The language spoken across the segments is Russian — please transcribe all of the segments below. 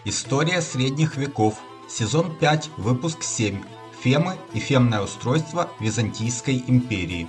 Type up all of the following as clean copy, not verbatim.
История средних веков. Сезон 5, выпуск 7. Фемы и фемное устройство Византийской империи.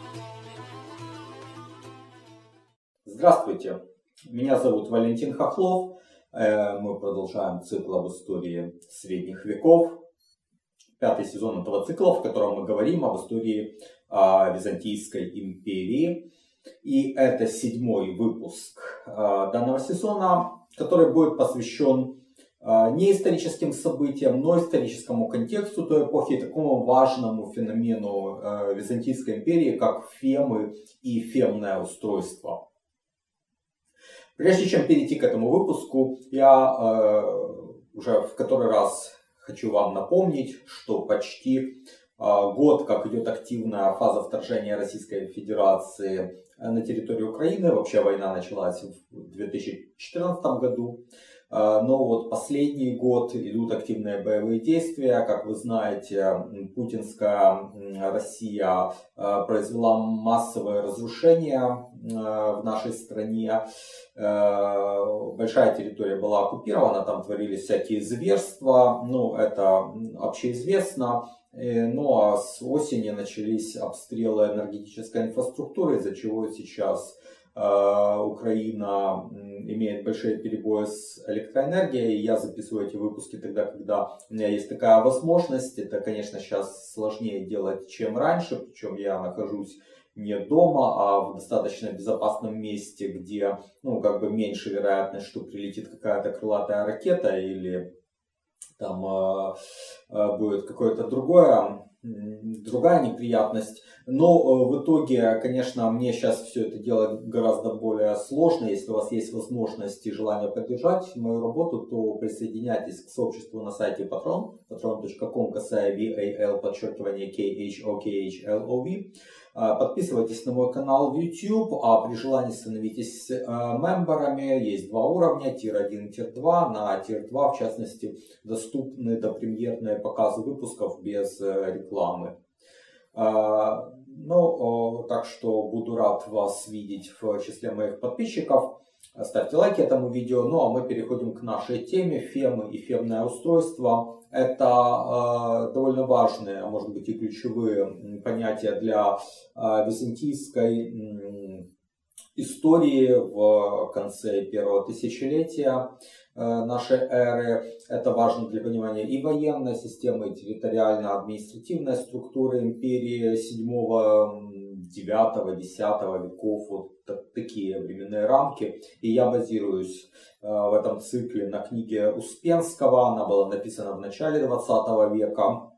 Здравствуйте, меня зовут Валентин Хохлов. Мы продолжаем цикл об истории средних веков. Пятый сезон этого цикла, в котором мы говорим об истории Византийской империи. И это седьмой выпуск данного сезона, который будет посвящен не историческим событиям, но историческому контексту той эпохи и такому важному феномену Византийской империи, как фемы и фемное устройство. Прежде чем перейти к этому выпуску, я уже в который раз хочу вам напомнить, что почти год, как идет активная фаза вторжения Российской Федерации на территорию Украины. Вообще война началась в 2014 году. Но вот последний год идут активные боевые действия. Как вы знаете, путинская Россия произвела массовые разрушения в нашей стране. Большая территория была оккупирована, там творились всякие зверства. Ну, это общеизвестно. Ну а с осени начались обстрелы энергетической инфраструктуры, из-за чего сейчас Украина имеет большие перебои с электроэнергией. Я записываю эти выпуски тогда, когда у меня есть такая возможность. Это, конечно, сейчас сложнее делать, чем раньше. Причем я нахожусь не дома, а в достаточно безопасном месте, где меньше вероятность, что прилетит какая-то крылатая ракета или там будет какое-то другая неприятность. Но в итоге, конечно, мне сейчас все это делать гораздо более сложно. Если у вас есть возможность и желание поддержать мою работу, то присоединяйтесь к сообществу на сайте Patreon, patreon.com/VAL_KHOKHLOV. Подписывайтесь на мой канал в YouTube, а при желании становитесь мемберами. Есть два уровня, тир 1 и тир 2. На тир 2, в частности, доступны допремьерные показы выпусков без рекламы. Так что буду рад вас видеть в числе моих подписчиков. Ставьте лайки этому видео. Ну а мы переходим к нашей теме: фемы и фемное устройство. Это довольно важные, а может быть и ключевые понятия для византийской истории в конце первого тысячелетия нашей эры. Это важно для понимания и военной системы, и территориально-административной структуры империи 7-9-10 веков. Вот такие временные рамки. И я базируюсь в этом цикле на книге Успенского. Она была написана в начале 20 века.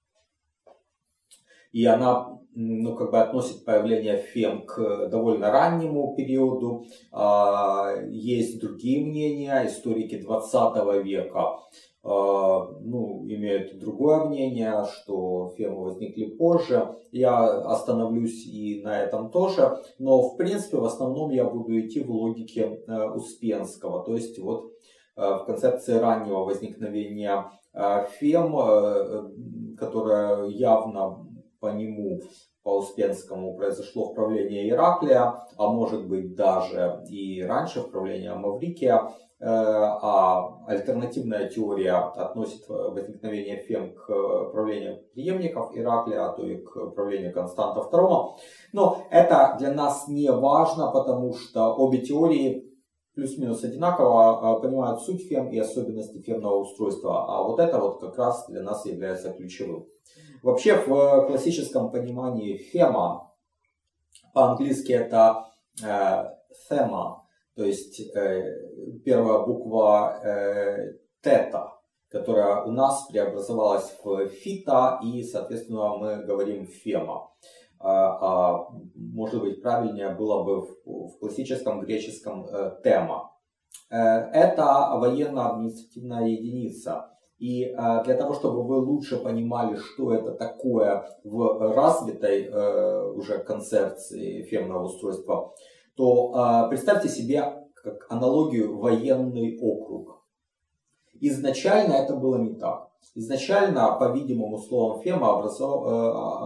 И она относит появление фем к довольно раннему периоду. Есть другие мнения. Историки 20 века имеют другое мнение, что фемы возникли позже. Я остановлюсь и на этом тоже. Но в принципе в основном я буду идти в логике Успенского. То есть в концепции раннего возникновения фем, которая явно по нему, по Успенскому, произошло в правлении Ираклия, а может быть даже и раньше, в правлении Маврикия. А альтернативная теория относит возникновение фем к правлению преемников Ираклия, а то и к правлению Константа II. Но это для нас не важно, потому что обе теории плюс-минус одинаково понимают суть фем и особенности фемного устройства. А вот это как раз для нас является ключевым. Вообще в классическом понимании фема, по-английски это thema, то есть первая буква тета, которая у нас преобразовалась в фита, и соответственно мы говорим фема. А может быть правильнее было бы в классическом греческом тема. Это военно-административная единица. И для того, чтобы вы лучше понимали, что это такое в развитой уже концепции фемного устройства, то представьте себе как аналогию военный округ. Изначально это было не так. Изначально, по-видимому, словом фема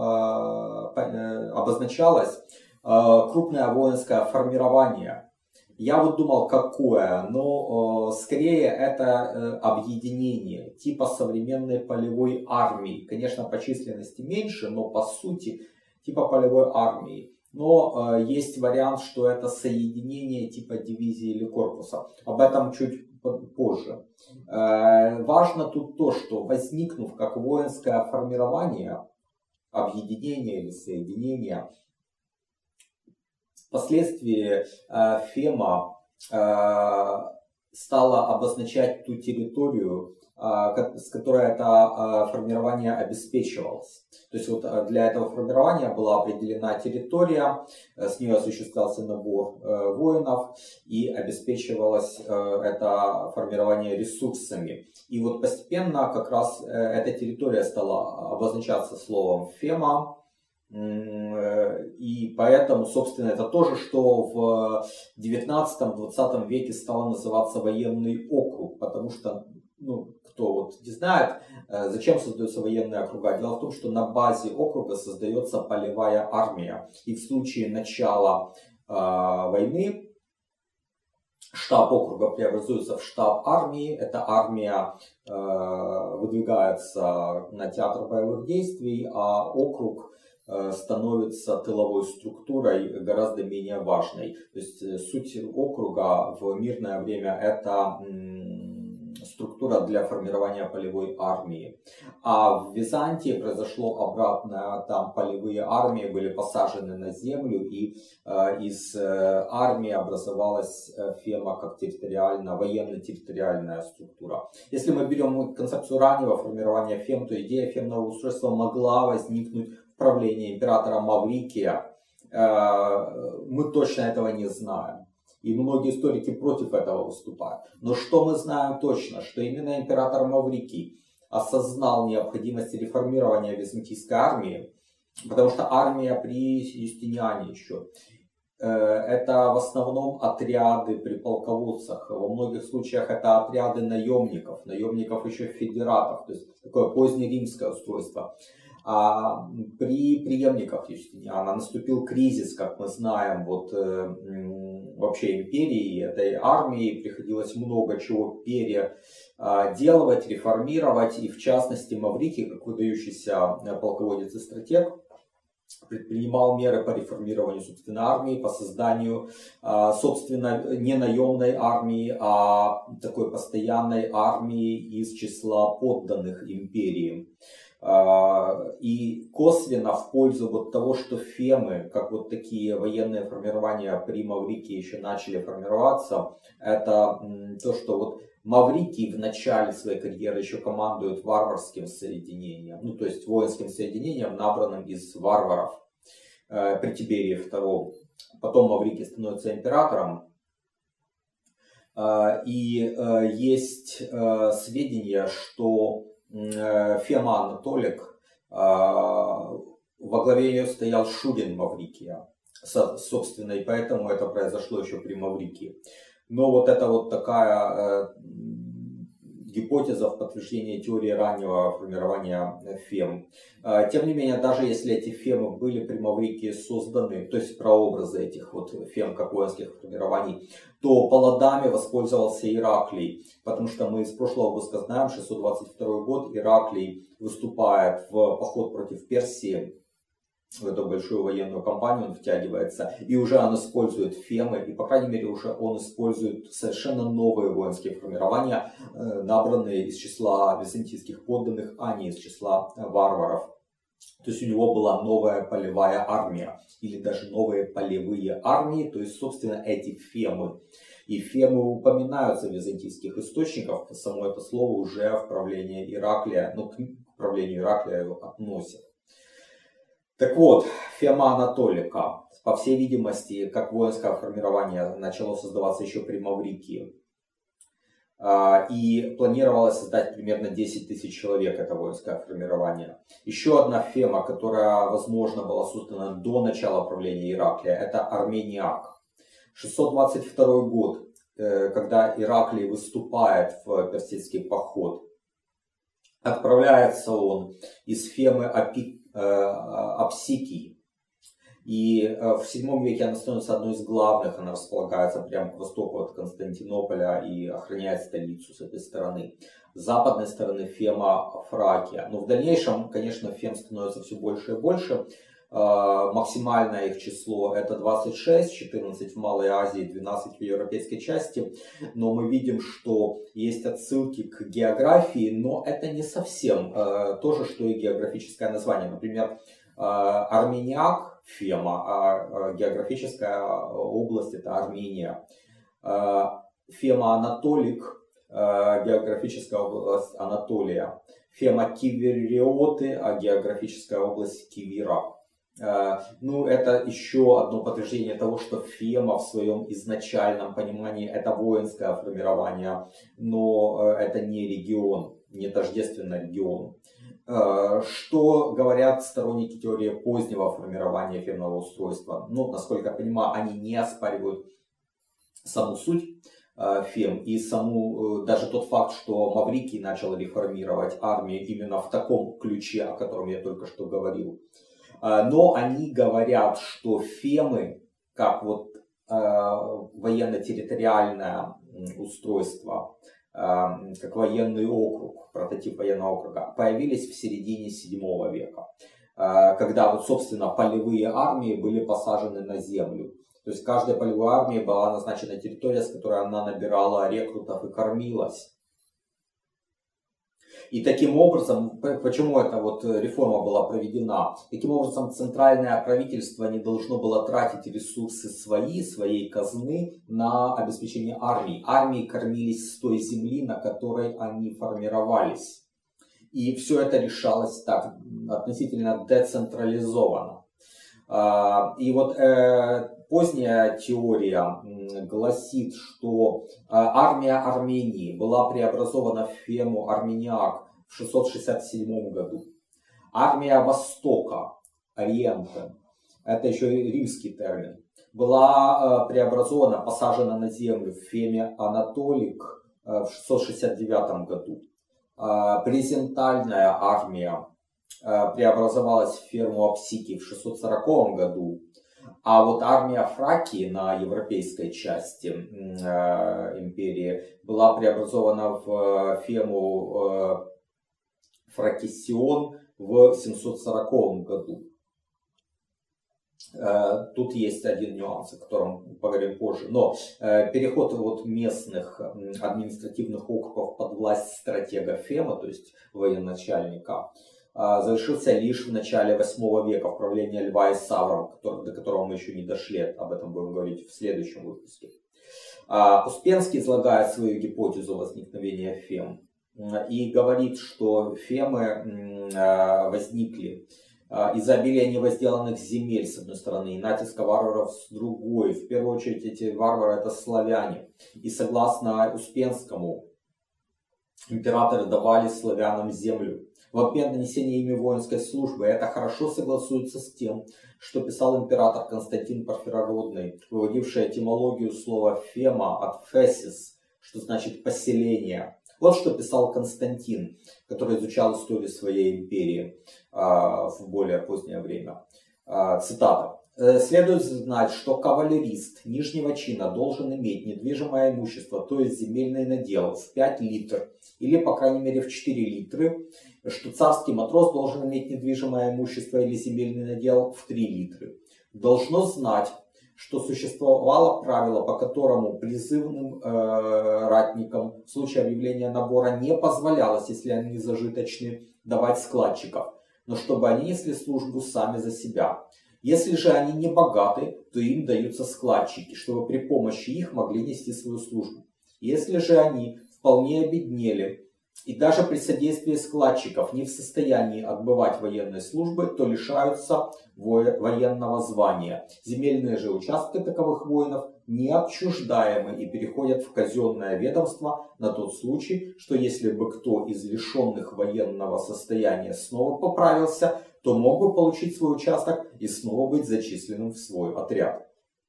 обозначалось крупное воинское формирование. Я вот думал, какое, но скорее это объединение типа современной полевой армии. Конечно, по численности меньше, но по сути типа полевой армии. Но есть вариант, что это соединение типа дивизии или корпуса. Об этом чуть позже. Важно тут то, что возникнув как воинское формирование, объединение или соединение, впоследствии Фема стала обозначать ту территорию, с которой это формирование обеспечивалось. То есть вот для этого формирования была определена территория, с нее осуществлялся набор воинов и обеспечивалось это формирование ресурсами. И вот постепенно как раз эта территория стала обозначаться словом Фема. И поэтому, собственно, это тоже, что в 19-20 веке стало называться военный округ, потому что, ну, кто вот не знает, зачем создаются военные округа. Дело в том, что на базе округа создается полевая армия. И в случае начала войны штаб округа преобразуется в штаб армии. Эта армия выдвигается на театр боевых действий, а округ становится тыловой структурой гораздо менее важной. То есть суть округа в мирное время это структура для формирования полевой армии. А в Византии произошло обратное, там полевые армии были посажены на землю, и из армии образовалась Фема как военно-территориальная структура. Если мы берем концепцию раннего формирования Фем, то идея фемного устройства могла возникнуть в правлении императора Маврикия. Мы точно этого не знаем. И многие историки против этого выступают. Но что мы знаем точно, что именно император Маврикий осознал необходимость реформирования византийской армии, потому что армия при Юстиниане еще, это в основном отряды при полководцах, во многих случаях это отряды наемников еще федератов, то есть такое позднеримское устройство. А при преемниках Юстиниана наступил кризис, как мы знаем, вот вообще империи, этой армии приходилось много чего переделывать, реформировать, и в частности Маврикий, как выдающийся полководец и стратег, предпринимал меры по реформированию собственной армии, по созданию, собственно, не наемной армии, а такой постоянной армии из числа подданных империи. И косвенно в пользу вот того, что фемы, как вот такие военные формирования при Маврикии еще начали формироваться, это то, что вот Маврикий в начале своей карьеры еще командует варварским соединением, ну то есть воинским соединением, набранным из варваров при Тиберии II. Потом Маврикий становится императором. И есть сведения, что Фема Анатолик, во главе ее стоял Шурин Маврикия, собственно, и поэтому это произошло еще при Маврикии. Но вот это вот такая гипотеза в подтверждение теории раннего формирования фем. Тем не менее, даже если эти фемы были при Маврикии созданы, то есть прообразы этих вот фем как воинских формирований, то палладами воспользовался Ираклий, потому что мы из прошлого выпуска знаем, 622 год, Ираклий выступает в поход против Персии, в эту большую военную кампанию он втягивается, и уже он использует фемы, и по крайней мере уже он использует совершенно новые воинские формирования, набранные из числа византийских подданных, а не из числа варваров. То есть у него была новая полевая армия, или даже новые полевые армии, то есть собственно эти фемы. И фемы упоминаются в византийских источниках, само это слово уже в правлении Ираклия, ну к правлению Ираклия его относят. Так вот, Фема Анатолика, по всей видимости, как воинское формирование, начало создаваться еще при Маврикии. И планировалось создать примерно 10 тысяч человек, это воинское формирование. Еще одна Фема, которая, возможно, была создана до начала правления Ираклия, это Армениак. 622 год, когда Ираклий выступает в персидский поход, отправляется он из Фемы Апсикии. И в VII веке она становится одной из главных, она располагается прямо к востоку от Константинополя и охраняет столицу с этой стороны. С западной стороны Фема Фракия. Но в дальнейшем, конечно, Фем становится все больше и больше. Максимальное их число это 26, 14 в Малой Азии, 12 в европейской части. Но мы видим, что есть отсылки к географии, но это не совсем то же, что и географическое название. Например, Армениак, Фема, а географическая область это Армения. Фема Анатолик, географическая область Анатолия. Фема Кивериоты, а географическая область Кивира. Ну, это еще одно подтверждение того, что Фема в своем изначальном понимании это воинское формирование, но это не регион, не тождественно региону. Что говорят сторонники теории позднего формирования фемного устройства? Ну, насколько я понимаю, они не оспаривают саму суть Фем и даже тот факт, что Маврикий начал реформировать армию именно в таком ключе, о котором я только что говорил. Но они говорят, что Фемы, как вот военно-территориальное устройство, как военный округ, прототип военного округа, появились в середине VII века, когда вот, собственно, полевые армии были посажены на землю. То есть каждой полевой армии была назначена территория, с которой она набирала рекрутов и кормилась. И таким образом, почему эта вот реформа была проведена? Таким образом, центральное правительство не должно было тратить ресурсы своей казны на обеспечение армии. Армии кормились с той земли, на которой они формировались. И все это решалось так, относительно децентрализованно. И вот поздняя теория гласит, что армия Армении была преобразована в Фему Армениак в 667 году. Армия Востока, Ориента, это еще и римский термин, была преобразована, посажена на землю в Феме Анатолик в 669 году. Презентальная армия преобразовалась в Фему Апсики в 640 году. А вот армия Фракии на европейской части империи была преобразована в Фему Фракисион в 740 году. Тут есть один нюанс, о котором поговорим позже. Но переход вот местных административных округов под власть стратега Фема, то есть военачальника, завершился лишь в начале 8 века в правлении Льва Исавра, до которого мы еще не дошли, об этом будем говорить в следующем выпуске. Успенский излагает свою гипотезу возникновения Фем и говорит, что Фемы возникли из-за обилия невозделанных земель с одной стороны и натиска варваров с другой. В первую очередь эти варвары это славяне. И согласно Успенскому, императоры давали славянам землю в обмен на несение ими воинской службы. Это хорошо согласуется с тем, что писал император Константин Порфирородный, выводивший этимологию слова «фема» от «фесис», что значит «поселение». Вот что писал Константин, который изучал историю своей империи в более позднее время. Цитата. Следует знать, что кавалерист нижнего чина должен иметь недвижимое имущество, то есть земельный надел, в 5 литров, или по крайней мере в 4 литры, что царский матрос должен иметь недвижимое имущество или земельный надел в 3 литры. Должно знать, что существовало правило, по которому призывным ратникам в случае объявления набора не позволялось, если они зажиточны, давать складчиков, но чтобы они несли службу сами за себя. Если же они не богаты, то им даются складчики, чтобы при помощи их могли нести свою службу. Если же они вполне обеднели и даже при содействии складчиков не в состоянии отбывать военной службы, то лишаются военного звания. Земельные же участки таковых воинов неотчуждаемы и переходят в казенное ведомство на тот случай, что если бы кто из лишенных военного состояния снова поправился, то мог бы получить свой участок и снова быть зачисленным в свой отряд.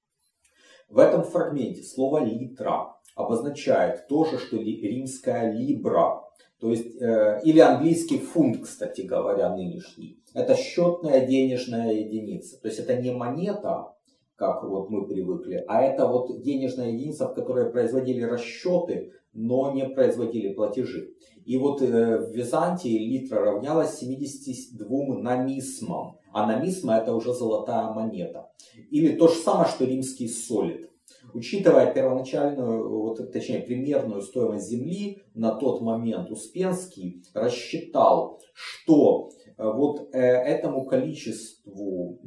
В этом фрагменте слово «литра» обозначает то же, что римская «либра», То есть, или английский фунт, кстати говоря, нынешний. Это счетная денежная единица. То есть это не монета, как вот мы привыкли, а это вот денежная единица, в которой производили расчеты, но не производили платежи. И вот в Византии литра равнялась 72 намисмам. А намисма это уже золотая монета. Или то же самое, что римский солид. Учитывая первоначальную, точнее примерную стоимость земли, на тот момент Успенский рассчитал, что вот этому количеству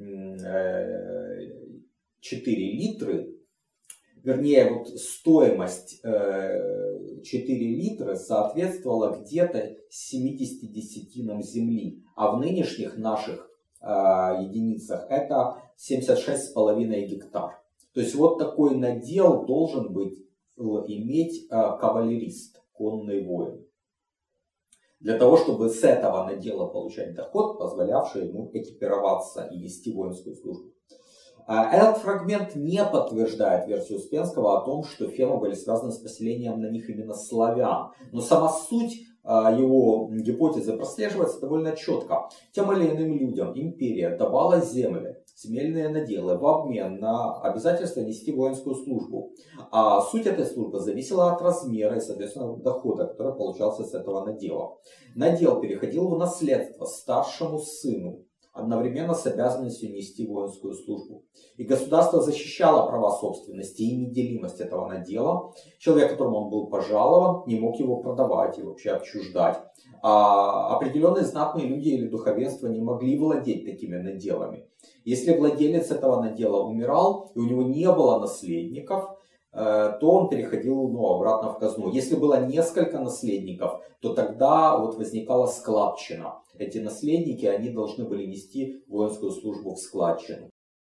4 литры, вернее, вот стоимость 4 литра соответствовала где-то 70 десятинам земли, а в нынешних наших единицах это 76,5 гектар. То есть вот такой надел должен быть иметь кавалерист, конный воин. Для того, чтобы с этого надела получать доход, позволявший ему экипироваться и вести воинскую службу. Этот фрагмент не подтверждает версию Успенского о том, что фемы были связаны с поселением на них именно славян. Но сама суть его гипотезы прослеживается довольно четко. Тем или иным людям империя давала земли, земельные наделы в обмен на обязательство нести воинскую службу. А суть этой службы зависела от размера и, соответственно, дохода, который получался с этого надела. Надел переходил в наследство старшему сыну, одновременно с обязанностью нести воинскую службу. И государство защищало права собственности и неделимость этого надела. Человек, которому он был пожалован, не мог его продавать и вообще отчуждать. А определенные знатные люди или духовенство не могли владеть такими наделами. Если владелец этого надела умирал, и у него не было наследников, то он переходил обратно в казну. Если было несколько наследников, то тогда вот возникала складчина. Эти наследники, они должны были нести воинскую службу в складчину.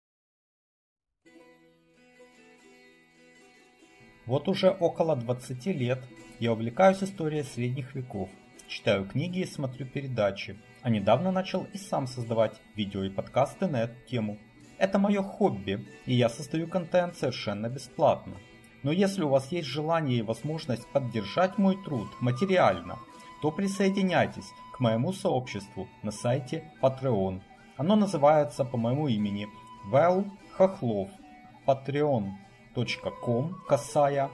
Вот уже около 20 лет я увлекаюсь историей средних веков, читаю книги и смотрю передачи, а недавно начал и сам создавать видео и подкасты на эту тему. Это мое хобби, и я создаю контент совершенно бесплатно. Но если у вас есть желание и возможность поддержать мой труд материально, то присоединяйтесь к моему сообществу на сайте Patreon. Оно называется по моему имени Вэл Хохлов. patreon.com /VAL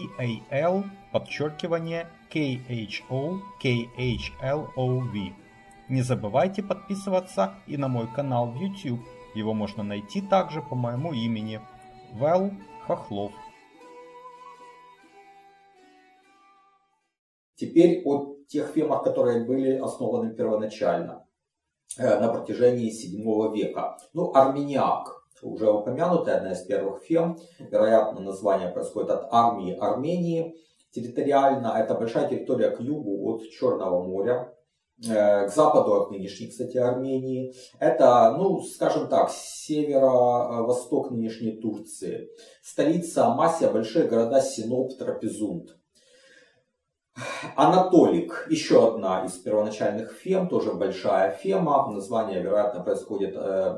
KHOKHLOV. Не забывайте подписываться и на мой канал в YouTube. Его можно найти также по моему имени Вэл Хохлов. Теперь о тех фемах, которые были основаны первоначально на протяжении 7 века. Армяняк, уже упомянутая, одна из первых фем. Вероятно, название происходит от армии Армении. Территориально это большая территория к югу от Черного моря, к западу от нынешней, кстати, Армении. Это, скажем так, северо-восток нынешней Турции. Столица Амасия, большие города Синоп, Трапезунд. Анатолик, еще одна из первоначальных фем, тоже большая фема. Название, вероятно, происходит,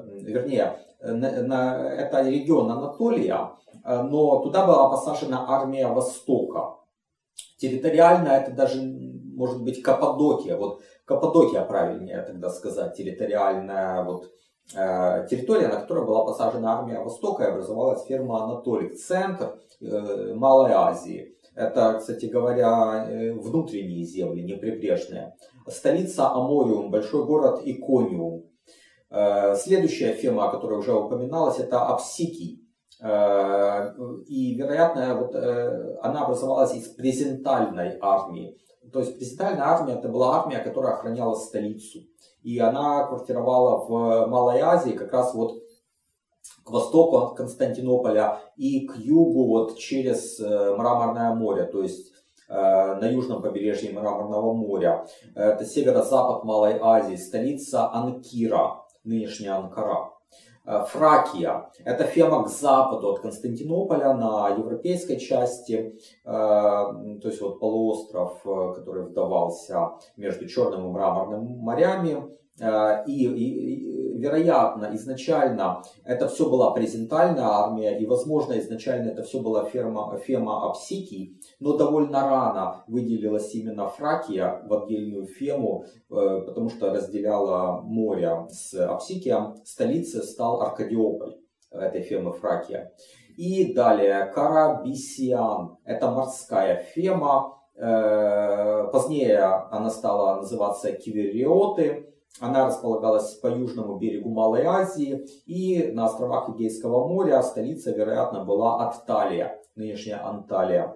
это регион Анатолия, но туда была посажена армия Востока. Территориально это даже может быть Каппадокия. Вот Каппадокия, правильнее тогда сказать, территориальная территория, на которой была посажена армия Востока, и образовалась ферма Анатолик, центр Малой Азии. Это, кстати говоря, внутренние земли, не прибрежные. Столица Амориум, большой город Икониум. Следующая фема, о которой уже упоминалось, это Апсикий. И, вероятно, она образовалась из презентальной армии. То есть презентальная армия это была армия, которая охраняла столицу. И она квартировала в Малой Азии, как раз к востоку от Константинополя и к югу через Мраморное море, то есть на южном побережье Мраморного моря. Это северо-запад Малой Азии, столица Анкира, нынешняя Анкара. Фракия – это фема к западу от Константинополя на европейской части, то есть полуостров, который вдавался между Черным и Мраморным морями. И вероятно, изначально это все была презентальная армия, и, возможно, изначально это все была Фема Апсикий, но довольно рано выделилась именно Фракия в отдельную Фему, потому что разделяла море с Апсикием. Столицей стал Аркадиополь этой Фемы Фракия. И далее Карабисиан, это морская Фема. Позднее она стала называться Кивериоты. Она располагалась по южному берегу Малой Азии, и на островах Эгейского моря столица, вероятно, была Атталия, нынешняя Анталия.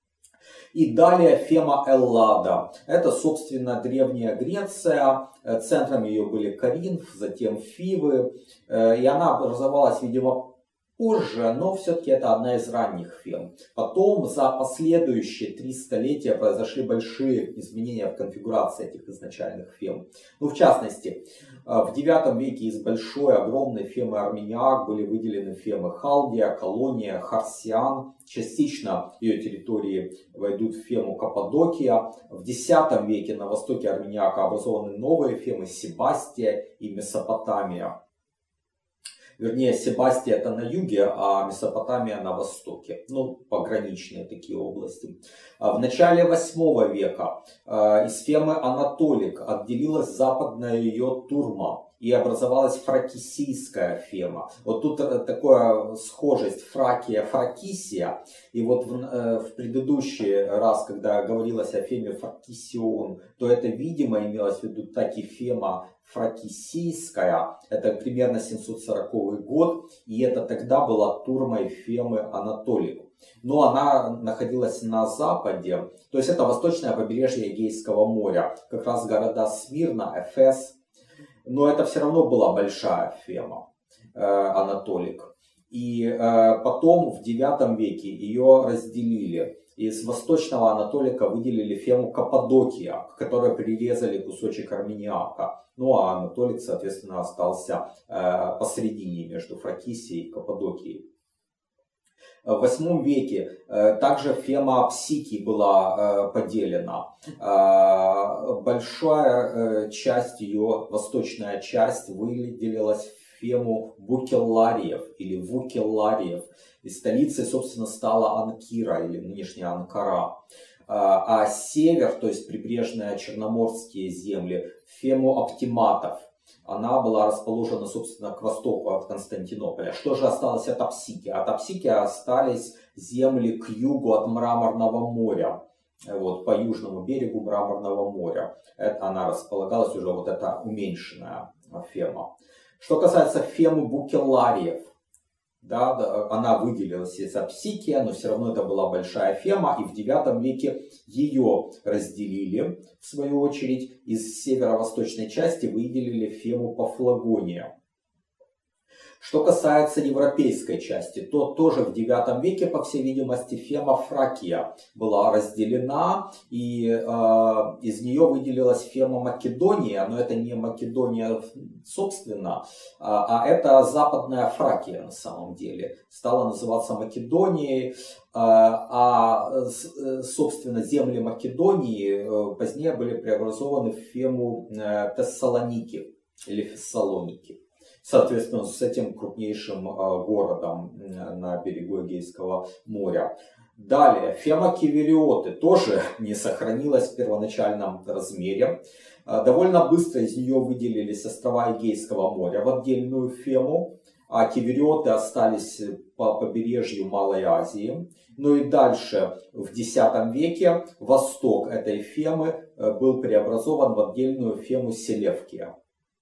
И далее Фема Эллада. Это, собственно, древняя Греция. Центром ее были Коринф, затем Фивы. И она образовалась, видимо, позже, но все-таки это одна из ранних Фем. Потом за последующие 3 столетия произошли большие изменения в конфигурации этих изначальных Фем. Ну, в частности, в IX веке из большой, огромной Фемы Армениак были выделены Фемы Халдия, Колония, Харсиан. Частично ее территории войдут в Фему Каппадокия. В X веке на востоке Армениака образованы новые Фемы Себастия и Месопотамия. Вернее, Себастия это на юге, а Месопотамия на востоке. Ну, пограничные такие области. В начале 8 века из Фемы Анатолик отделилась западная ее Турма. И образовалась Фракисийская Фема. Вот тут такая схожесть Фракия, Фракисия. И вот в предыдущий раз, когда говорилось о Феме Фракисион, то это, видимо, имелось в виду таки Фема Фракисийская. Это примерно 740 год. И это тогда была Турмой Фемы Анатолик. Но она находилась на западе. То есть это восточное побережье Эгейского моря. Как раз города Смирна, Эфес. Но это все равно была большая Фема, Анатолик. И потом в IX веке ее разделили. Из восточного Анатолика выделили Фему Каппадокия, к которой прирезали кусочек Армениака. Ну а Анатолик, соответственно, остался посередине между Фракисией и Каппадокией. В VIII веке также Фема Апсикий была поделена. Большая часть ее, восточная часть, выделилась в Фему Букеллариев или Вукеллариев. И столицей, собственно, стала Анкира или нынешняя Анкара. А север, то есть прибрежные черноморские земли, Фему Оптиматов. Она была расположена, собственно, к востоку от Константинополя. Что же осталось от Апсики? От Апсики остались земли к югу от Мраморного моря. Вот, по южному берегу Мраморного моря. Она располагалась уже, вот эта уменьшенная Фема. Что касается Фемы Букеллариев, да, она выделилась из Апсикия, но все равно это была большая Фема, и в IX веке ее разделили, в свою очередь, из северо-восточной части выделили Фему Пафлагония. Что касается европейской части, то тоже в IX веке, по всей видимости, Фема Фракия была разделена, и из нее выделилась Фема Македония, но это не Македония собственно, а это Западная Фракия на самом деле. Стала называться Македонией, собственно, земли Македонии позднее были преобразованы в Фему Тессалоники или Фессалоники. Соответственно, с этим крупнейшим городом на берегу Эгейского моря. Далее, Фема Кивериоты тоже не сохранилась в первоначальном размере. Довольно быстро из нее выделились острова Эгейского моря в отдельную Фему, а Кивериоты остались по побережью Малой Азии. Ну и дальше, в X веке, восток этой Фемы был преобразован в отдельную Фему Селевкия.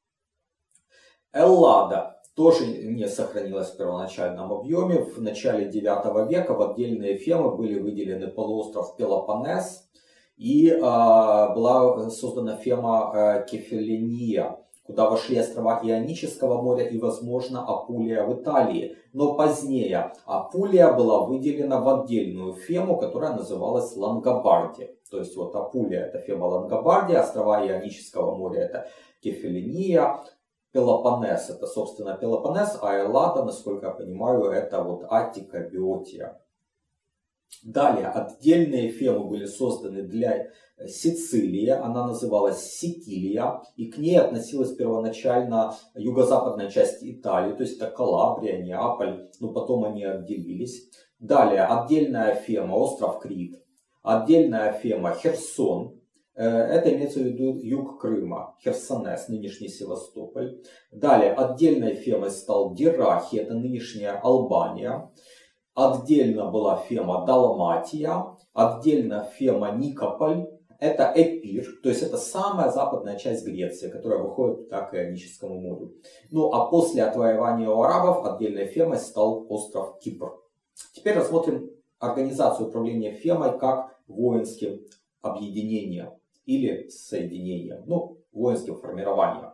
Эллада тоже не сохранилась в первоначальном объеме. В начале IX века в отдельные Фемы были выделены полуостров Пелопоннес и была создана Фема Кефаления, куда вошли острова Ионического моря и, возможно, Апулия в Италии. Но позднее Апулия была выделена в отдельную Фему, которая называлась Лангобардия. То есть вот Апулия это Фема Лангобардия, острова Ионического моря это Кефаления. Пелопоннес это, собственно, Пелопоннес, а Эллада, насколько я понимаю, это вот Аттика, Биотия. Далее, отдельные фемы были созданы для Сицилии, она называлась Сикилия, и к ней относилась первоначально юго-западная часть Италии, то есть это Калабрия, Неаполь, но потом они отделились. Далее, отдельная фема, остров Крит, отдельная фема Херсон, это имеется в виду юг Крыма, Херсонес, нынешний Севастополь. Далее, отдельной фемой стал Дирахи, это нынешняя Албания. Отдельно была фема Далматия, отдельно фема Никополь, это Эпир, то есть это самая западная часть Греции, которая выходит к Ионическому морю. Ну а после отвоевания у арабов отдельной фемой стал остров Кипр. Теперь рассмотрим организацию управления фемой как воинским объединением или соединением, ну воинским формированием.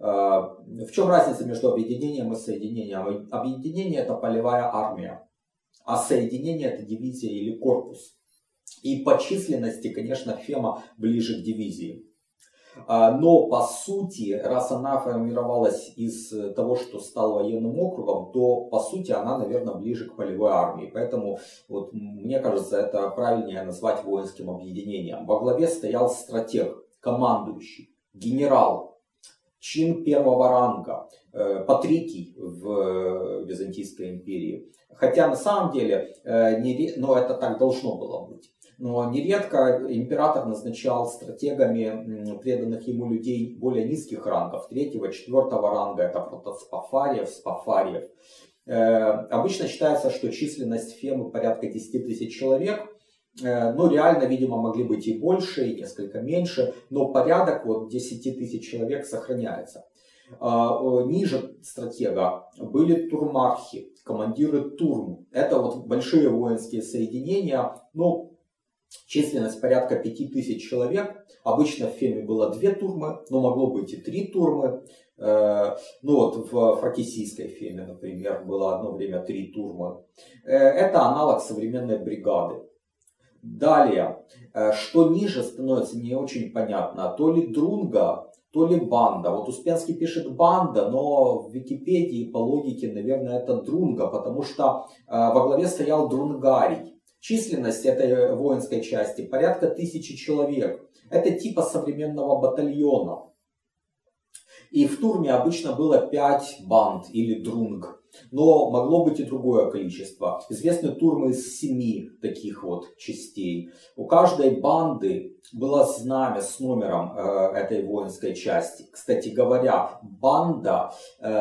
В чем разница между объединением и соединением? Объединение это полевая армия. А соединение это дивизия или корпус. И по численности, конечно, фема ближе к дивизии. Но по сути, раз она формировалась из того, что стал военным округом, то по сути она, наверное, ближе к полевой армии. Поэтому вот, мне кажется, это правильнее назвать воинским объединением. Во главе стоял стратег, командующий, генерал, чин первого ранга, патрикий в Византийской империи. Хотя на самом деле, но это так должно было быть. Но нередко император назначал стратегами преданных ему людей более низких рангов, третьего, четвертого ранга, это протоспофариев, спофариев. Обычно считается, что численность фемы порядка 10 тысяч человек. Ну, реально, видимо, могли быть и больше, и несколько меньше, но порядок вот 10 тысяч человек сохраняется. Ниже стратега были турмархи, командиры турм. Это вот большие воинские соединения, ну, численность порядка 5000 человек. Обычно в феме было 2 турмы, но могло быть и 3 турмы. Ну вот в фракийской феме, например, было одно время 3 турмы. Это аналог современной бригады. Далее, что ниже становится не очень понятно, то ли друнга, то ли банда. Вот Успенский пишет банда, но в Википедии по логике, наверное, это друнга, потому что во главе стоял друнгарий. Численность этой воинской части порядка 1000 человек. Это типа современного батальона. И в турме обычно было 5 банд или друнг. Но могло быть и другое количество. Известны турмы из 7 таких вот частей. У каждой банды было знамя с номером этой воинской части. Кстати говоря, банда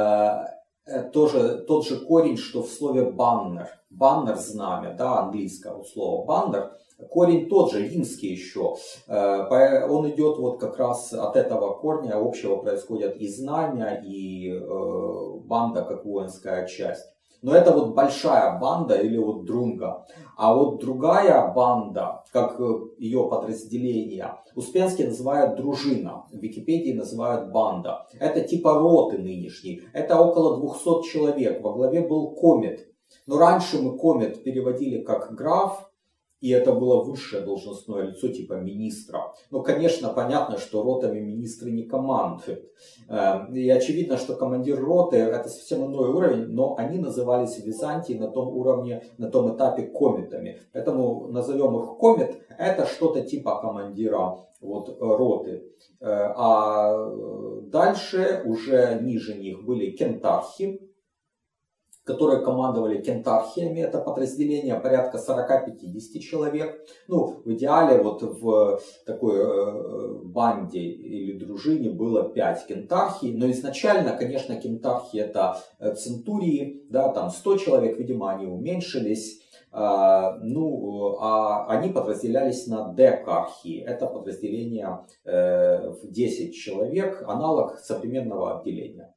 тоже тот же корень, что в слове баннер. Баннер знамя, да, английское вот слово баннер. Корень тот же, римский еще. Он идет вот как раз от этого корня общего, происходят и знамя, и банда как воинская часть. Но это вот большая банда или вот друнга. А вот другая банда, как ее подразделение, Успенский называет дружина, в Википедии называют банда. Это типа роты нынешней. Это около 200 человек. Во главе был комет. Но раньше мы комет переводили как граф. И это было высшее должностное лицо типа министра. Но, конечно, понятно, что ротами министры не командуют. И очевидно, что командир роты это совсем иной уровень, но они назывались в Византии на том уровне, на том этапе кометами. Поэтому назовем их комет, это что-то типа командира вот, роты. А дальше, уже ниже них были кентархи, которые командовали кентархиями, это подразделение порядка 40-50 человек. Ну, в идеале вот в такой банде или дружине было 5 кентархий, но изначально, конечно, кентархи это центурии, да, там 100 человек, видимо, они уменьшились. Ну, а они подразделялись на декархии, это подразделение в 10 человек, аналог современного отделения.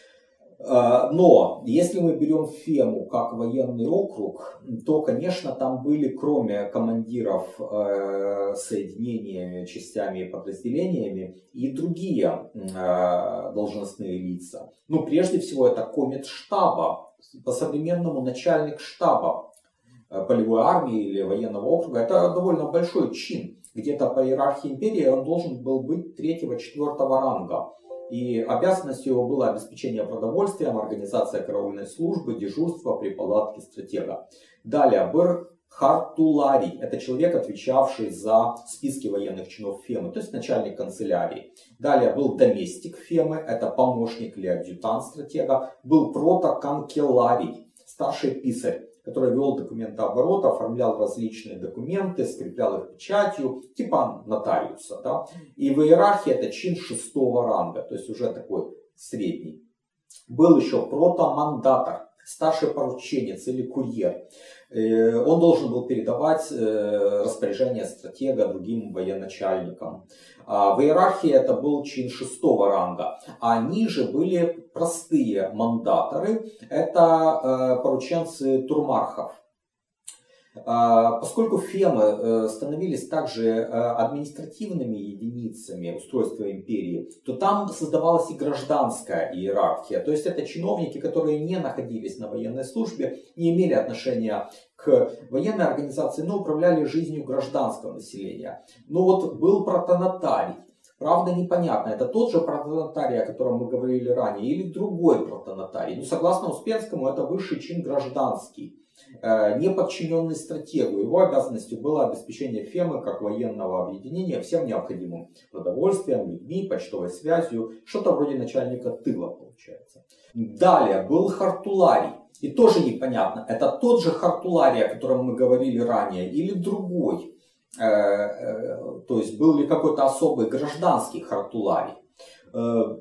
Но если мы берем Фему как военный округ, то, конечно, там были, кроме командиров соединениями, частями и подразделениями, и другие должностные лица. Ну, прежде всего, это комет штаба, по-современному начальник штаба полевой армии или военного округа. Это довольно большой чин. Где-то по иерархии империи он должен был быть 3-4 ранга. И обязанностью его было обеспечение продовольствием, организация караульной службы, дежурство при палатке стратега. Далее, был Хартуларий – это человек, отвечавший за списки военных чинов Фемы, то есть начальник канцелярии. Далее был доместик Фемы, это помощник или адъютант стратега. Был протоканцелярий, старший писарь, который вел документооборот, оформлял различные документы, скреплял их печатью, типа нотариуса. Да? И в иерархии это чин 6-го ранга, то есть уже такой средний. Был еще протомандатор, старший порученец или курьер. Он должен был передавать распоряжение стратега другим военачальникам. В иерархии это был чин 6-го ранга. А ниже были простые мандаторы. Это порученцы турмархов. Поскольку фемы становились также административными единицами устройства империи, то там создавалась и гражданская иерархия. То есть это чиновники, которые не находились на военной службе, не имели отношения к военной организации, но управляли жизнью гражданского населения. Но вот был протонотарий. Правда, непонятно, это тот же протонотарий, о котором мы говорили ранее, или другой протонотарий. Но согласно Успенскому, это высший чин гражданский, не подчиненный стратегу. Его обязанностью было обеспечение Фемы как военного объединения всем необходимым продовольствием, людьми, почтовой связью, что-то вроде начальника тыла получается. Далее был Хартуларий. И тоже непонятно, это тот же Хартуларий, о котором мы говорили ранее, или другой. То есть был ли какой-то особый гражданский Хартуларий. Но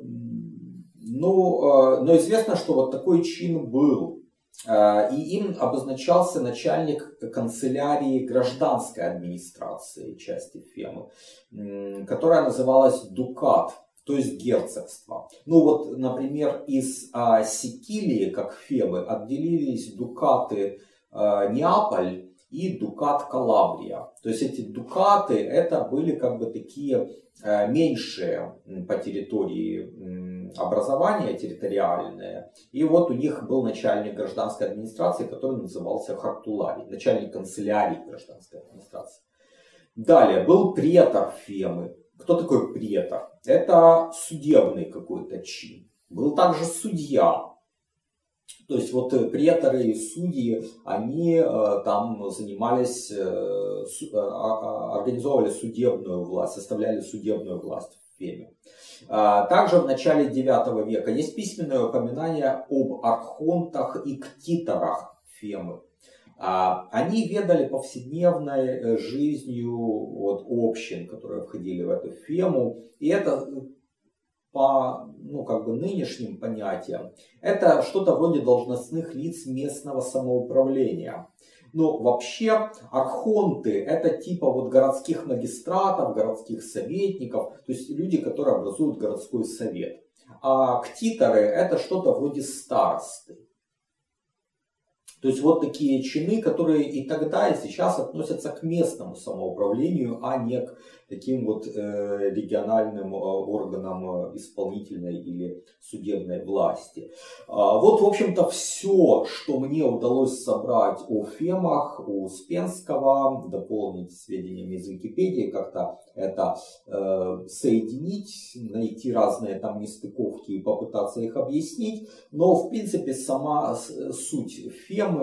известно, что вот такой чин был. И им обозначался начальник канцелярии гражданской администрации части Фемы, которая называлась дукат, то есть герцогство. Ну вот, например, из Сикилии, как Фемы, отделились дукаты Неаполь и дукат Калабрия. То есть эти дукаты это были как бы такие меньшие по территории образования территориальные. И вот у них был начальник гражданской администрации, который назывался Хартуларий, начальник канцелярии гражданской администрации. Далее был претор Фемы. Кто такой претор? Это судебный какой-то чин. Был также судья. То есть вот преторы и судьи, они там занимались, организовывали судебную власть, составляли судебную власть в Феме. Также в начале IX века есть письменное упоминание об архонтах и ктиторах Фемы. Они ведали повседневной жизнью вот, общин, которые входили в эту Фему. И это по нынешним понятиям, это что-то вроде должностных лиц местного самоуправления. Но вообще архонты это типа вот городских магистратов, городских советников, то есть люди, которые образуют городской совет. А ктиторы это что-то вроде старосты. То есть вот такие чины, которые и тогда, и сейчас относятся к местному самоуправлению, а не к таким вот региональным органам исполнительной или судебной власти. Вот, в общем-то, все, что мне удалось собрать о Фемах, у Успенского, дополнить сведениями из Википедии, как-то это соединить, найти разные там нестыковки и попытаться их объяснить. Но, в принципе, сама суть Фем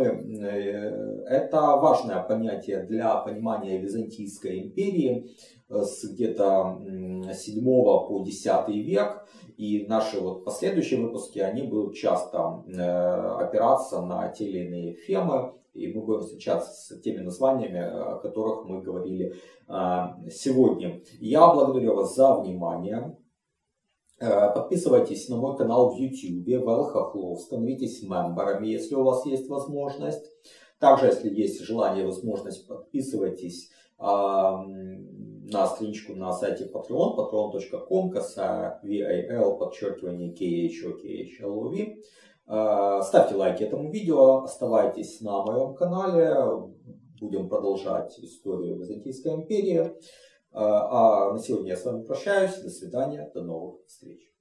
это важное понятие для понимания Византийской империи с где-то 7 по 10 век. И наши вот последующие выпуски, они будут часто опираться на те или иные Фемы. И мы будем встречаться с теми названиями, о которых мы говорили сегодня. Я благодарю вас за внимание. Подписывайтесь на мой канал в YouTube, Вэл Хохлов, становитесь мемберами, если у вас есть возможность. Также, если есть желание и возможность, подписывайтесь на страничку на сайте Patreon, patreon.com, VAL_KHOKHLOV. Ставьте лайки этому видео, оставайтесь на моем канале, будем продолжать историю Византийской империи. А на сегодня я с вами прощаюсь. До свидания. До новых встреч.